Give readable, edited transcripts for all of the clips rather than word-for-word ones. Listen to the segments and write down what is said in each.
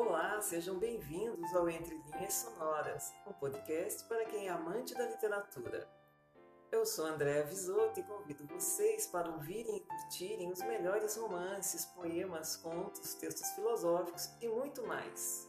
Olá, sejam bem-vindos ao Entre Linhas Sonoras, um podcast para quem é amante da literatura. Eu sou Andréa Visoto e convido vocês para ouvirem e curtirem os melhores romances, poemas, contos, textos filosóficos e muito mais.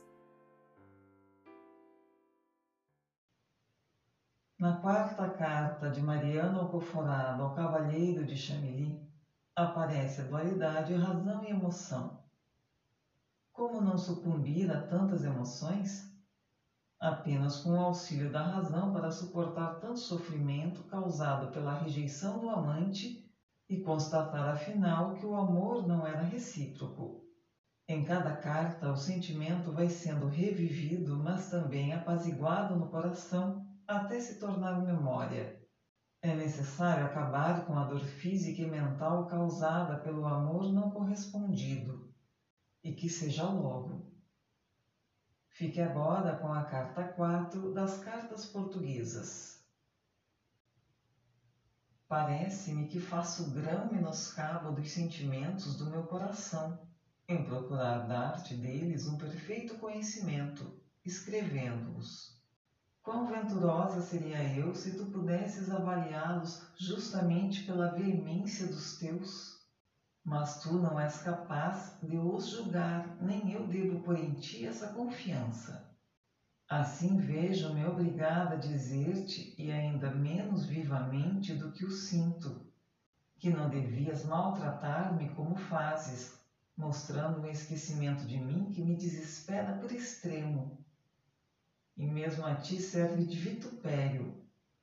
Na quarta carta de Mariano Alcoforado ao Cavalheiro de Chamilly, aparece a dualidade razão e emoção. Como não sucumbir a tantas emoções? Apenas com o auxílio da razão para suportar tanto sofrimento causado pela rejeição do amante e constatar afinal que o amor não era recíproco. Em cada carta, o sentimento vai sendo revivido, mas também apaziguado no coração, até se tornar memória. É necessário acabar com a dor física e mental causada pelo amor não correspondido, e que seja logo. Fique agora com a carta 4 das cartas portuguesas. Parece-me que faço grão menoscabo dos sentimentos do meu coração, em procurar dar-te deles um perfeito conhecimento, escrevendo-os. Quão venturosa seria eu se tu pudesses avaliá-los justamente pela veemência dos teus? Mas tu não és capaz de os julgar, nem eu devo pôr em ti essa confiança. Assim vejo-me obrigada a dizer-te, e ainda menos vivamente do que o sinto, que não devias maltratar-me como fazes, mostrando um esquecimento de mim que me desespera por extremo. E mesmo a ti serve de vitupério.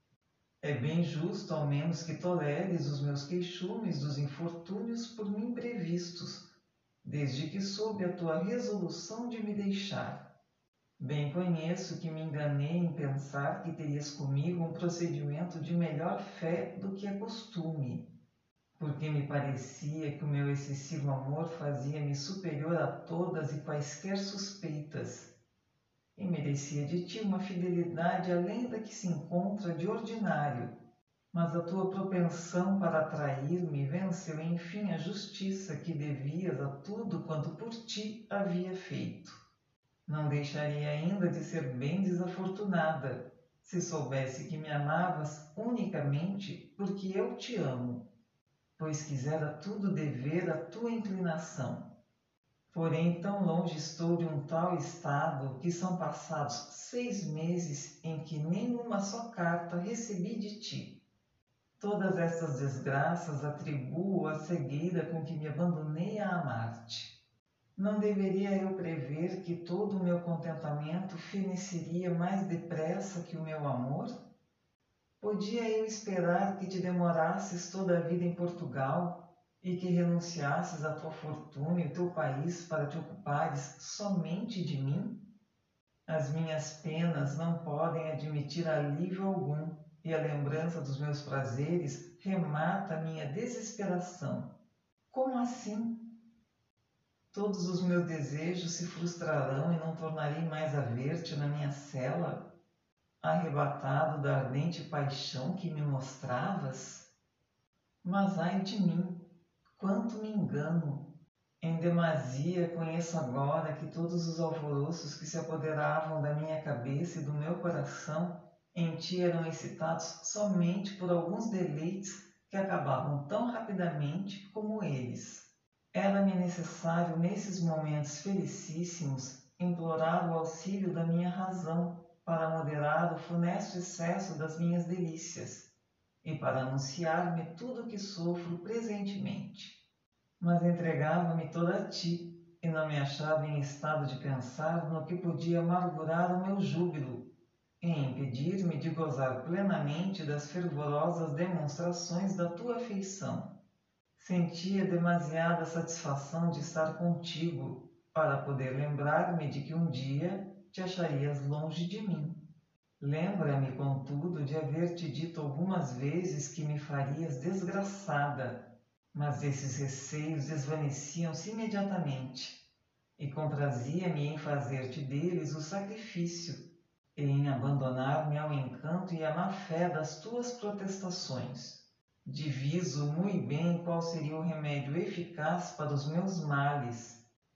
É bem justo, ao menos, que toleres os meus queixumes dos infortúnios por mim previstos, desde que soube a tua resolução de me deixar. Bem conheço que me enganei em pensar que terias comigo um procedimento de melhor fé do que é costume, porque me parecia que o meu excessivo amor fazia-me superior a todas e quaisquer suspeitas, e merecia de ti uma fidelidade além da que se encontra de ordinário, mas a tua propensão para atrair-me venceu enfim a justiça que devias a tudo quanto por ti havia feito. Não deixaria ainda de ser bem desafortunada, se soubesse que me amavas unicamente porque eu te amo, pois quisera tudo dever à tua inclinação. Porém, tão longe estou de um tal estado que são passados 6 meses em que nenhuma só carta recebi de ti. Todas estas desgraças atribuo à cegueira com que me abandonei a amar-te. Não deveria eu prever que todo o meu contentamento feneceria mais depressa que o meu amor? Podia eu esperar que te demorasses toda a vida em Portugal e que renunciasses à tua fortuna e ao teu país para te ocupares somente de mim? As minhas penas não podem admitir alívio algum, e a lembrança dos meus prazeres remata a minha desesperação. Como assim? Todos os meus desejos se frustrarão e não tornarei mais a ver-te na minha cela, arrebatado da ardente paixão que me mostravas? Mas ai de mim, quanto me engano! Em demasia conheço agora que todos os alvoroços que se apoderavam da minha cabeça e do meu coração em ti eram excitados somente por alguns deleites que acabavam tão rapidamente como eles. Era-me necessário, nesses momentos felicíssimos, implorar o auxílio da minha razão para moderar o funesto excesso das minhas delícias e para anunciar-me tudo o que sofro presentemente. Mas entregava-me toda a ti e não me achava em estado de pensar no que podia amargurar o meu júbilo e impedir-me de gozar plenamente das fervorosas demonstrações da tua afeição. Sentia demasiada satisfação de estar contigo para poder lembrar-me de que um dia te acharias longe de mim. Lembra-me, contudo, de haver-te dito algumas vezes que me farias desgraçada, mas esses receios desvaneciam-se imediatamente, e comprazia-me em fazer-te deles o sacrifício, e em abandonar-me ao encanto e à má-fé das tuas protestações. Diviso muito bem qual seria o remédio eficaz para os meus males,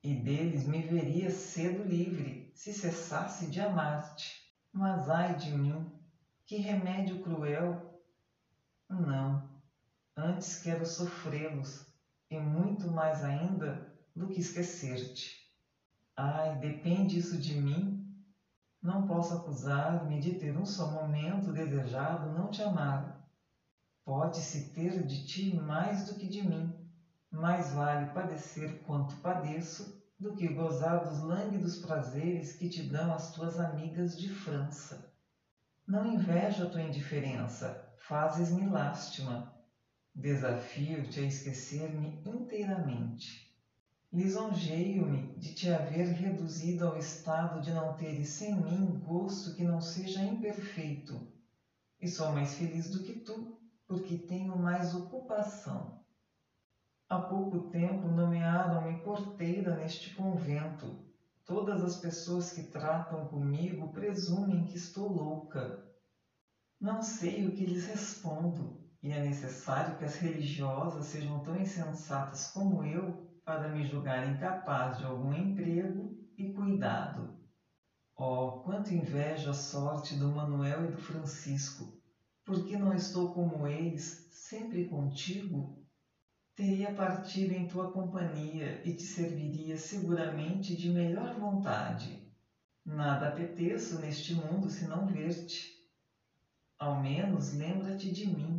e deles me veria cedo livre, se cessasse de amar-te. Mas ai de mim, que remédio cruel! Não, antes quero sofrê-los, e muito mais ainda do que esquecer-te. Ai, depende isso de mim? Não posso acusar-me de ter um só momento desejado não te amar. Pode-se ter de ti mais do que de mim. Mais vale padecer quanto padeço do que gozar dos lânguidos prazeres que te dão as tuas amigas de França. Não invejo a tua indiferença, fazes-me lástima. Desafio-te a esquecer-me inteiramente. Lisonjeio-me de te haver reduzido ao estado de não teres sem mim gosto que não seja imperfeito. E sou mais feliz do que tu, porque tenho mais ocupação. Há pouco tempo nomearam-me porteira neste convento. Todas as pessoas que tratam comigo presumem que estou louca. Não sei o que lhes respondo, e é necessário que as religiosas sejam tão insensatas como eu para me julgar incapaz de algum emprego e cuidado. Oh, quanto invejo a sorte do Manuel e do Francisco! Por que não estou como eles, sempre contigo? Teria partido em tua companhia e te serviria seguramente de melhor vontade. Nada apeteço neste mundo senão ver-te. Ao menos lembra-te de mim.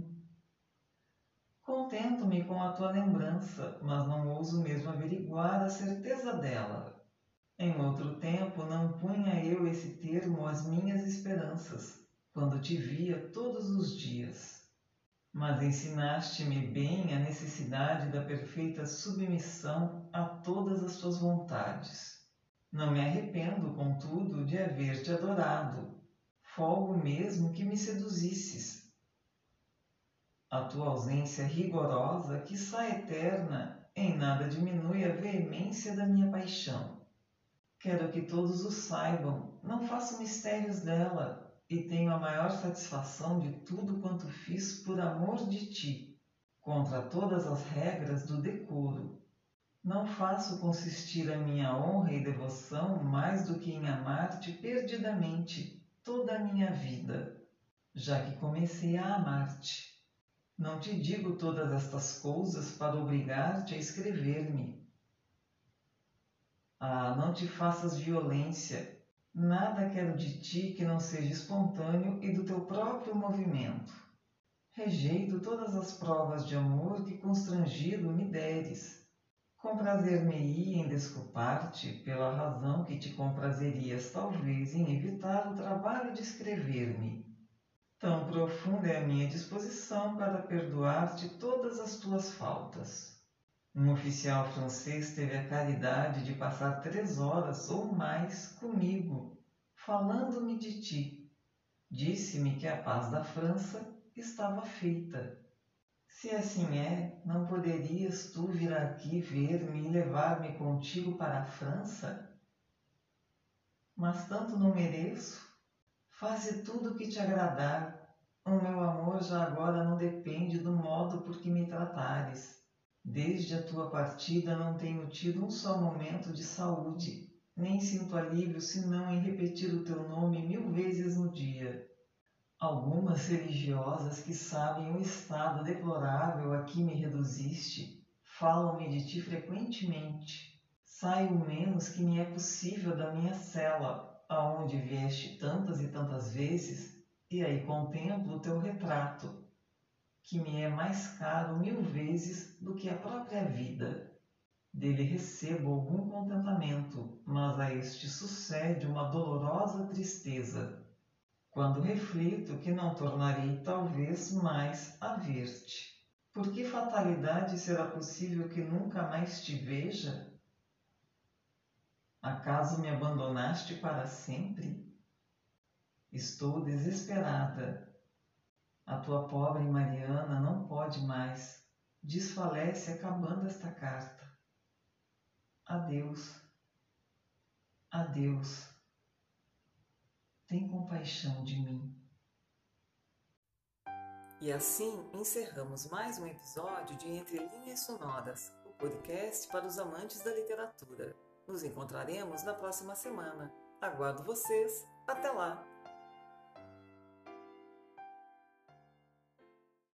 Contento-me com a tua lembrança, mas não ouso mesmo averiguar a certeza dela. Em outro tempo não punha eu esse termo às minhas esperanças, quando te via todos os dias. Mas ensinaste-me bem a necessidade da perfeita submissão a todas as tuas vontades. Não me arrependo, contudo, de haver-te adorado. Folgo mesmo que me seduzisses. A tua ausência rigorosa, quiçá eterna, em nada diminui a veemência da minha paixão. Quero que todos o saibam, não faço mistérios dela, e tenho a maior satisfação de tudo quanto fiz por amor de ti, contra todas as regras do decoro. Não faço consistir a minha honra e devoção mais do que em amar-te perdidamente toda a minha vida, já que comecei a amar-te. Não te digo todas estas coisas para obrigar-te a escrever-me. Ah, não te faças violência. Nada quero de ti que não seja espontâneo e do teu próprio movimento. Rejeito todas as provas de amor que constrangido me deres. Comprazer-me-ia em desculpar-te pela razão que te comprazerias talvez em evitar o trabalho de escrever-me. Tão profunda é a minha disposição para perdoar-te todas as tuas faltas. Um oficial francês teve a caridade de passar 3 horas ou mais comigo, falando-me de ti. Disse-me que a paz da França estava feita. Se assim é, não poderias tu vir aqui ver-me e levar-me contigo para a França? Mas tanto não mereço. Faze tudo o que te agradar. O meu amor já agora não depende do modo por que me tratares. Desde a tua partida não tenho tido um só momento de saúde, nem sinto alívio senão em repetir o teu nome 1000 vezes no dia. Algumas religiosas que sabem o estado deplorável a que me reduziste, falam-me de ti frequentemente. Saio o menos que me é possível da minha cela, aonde vieste tantas e tantas vezes, e aí contemplo o teu retrato, que me é mais caro 1000 vezes do que a própria vida. Dele recebo algum contentamento, mas a este sucede uma dolorosa tristeza, quando reflito que não tornarei talvez mais a ver-te. Por que fatalidade será possível que nunca mais te veja? Acaso me abandonaste para sempre? Estou desesperada. A tua pobre Mariana não pode mais. Desfalece acabando esta carta. Adeus. Adeus. Tem compaixão de mim. E assim encerramos mais um episódio de Entre Linhas Sonoras, o podcast para os amantes da literatura. Nos encontraremos na próxima semana. Aguardo vocês. Até lá!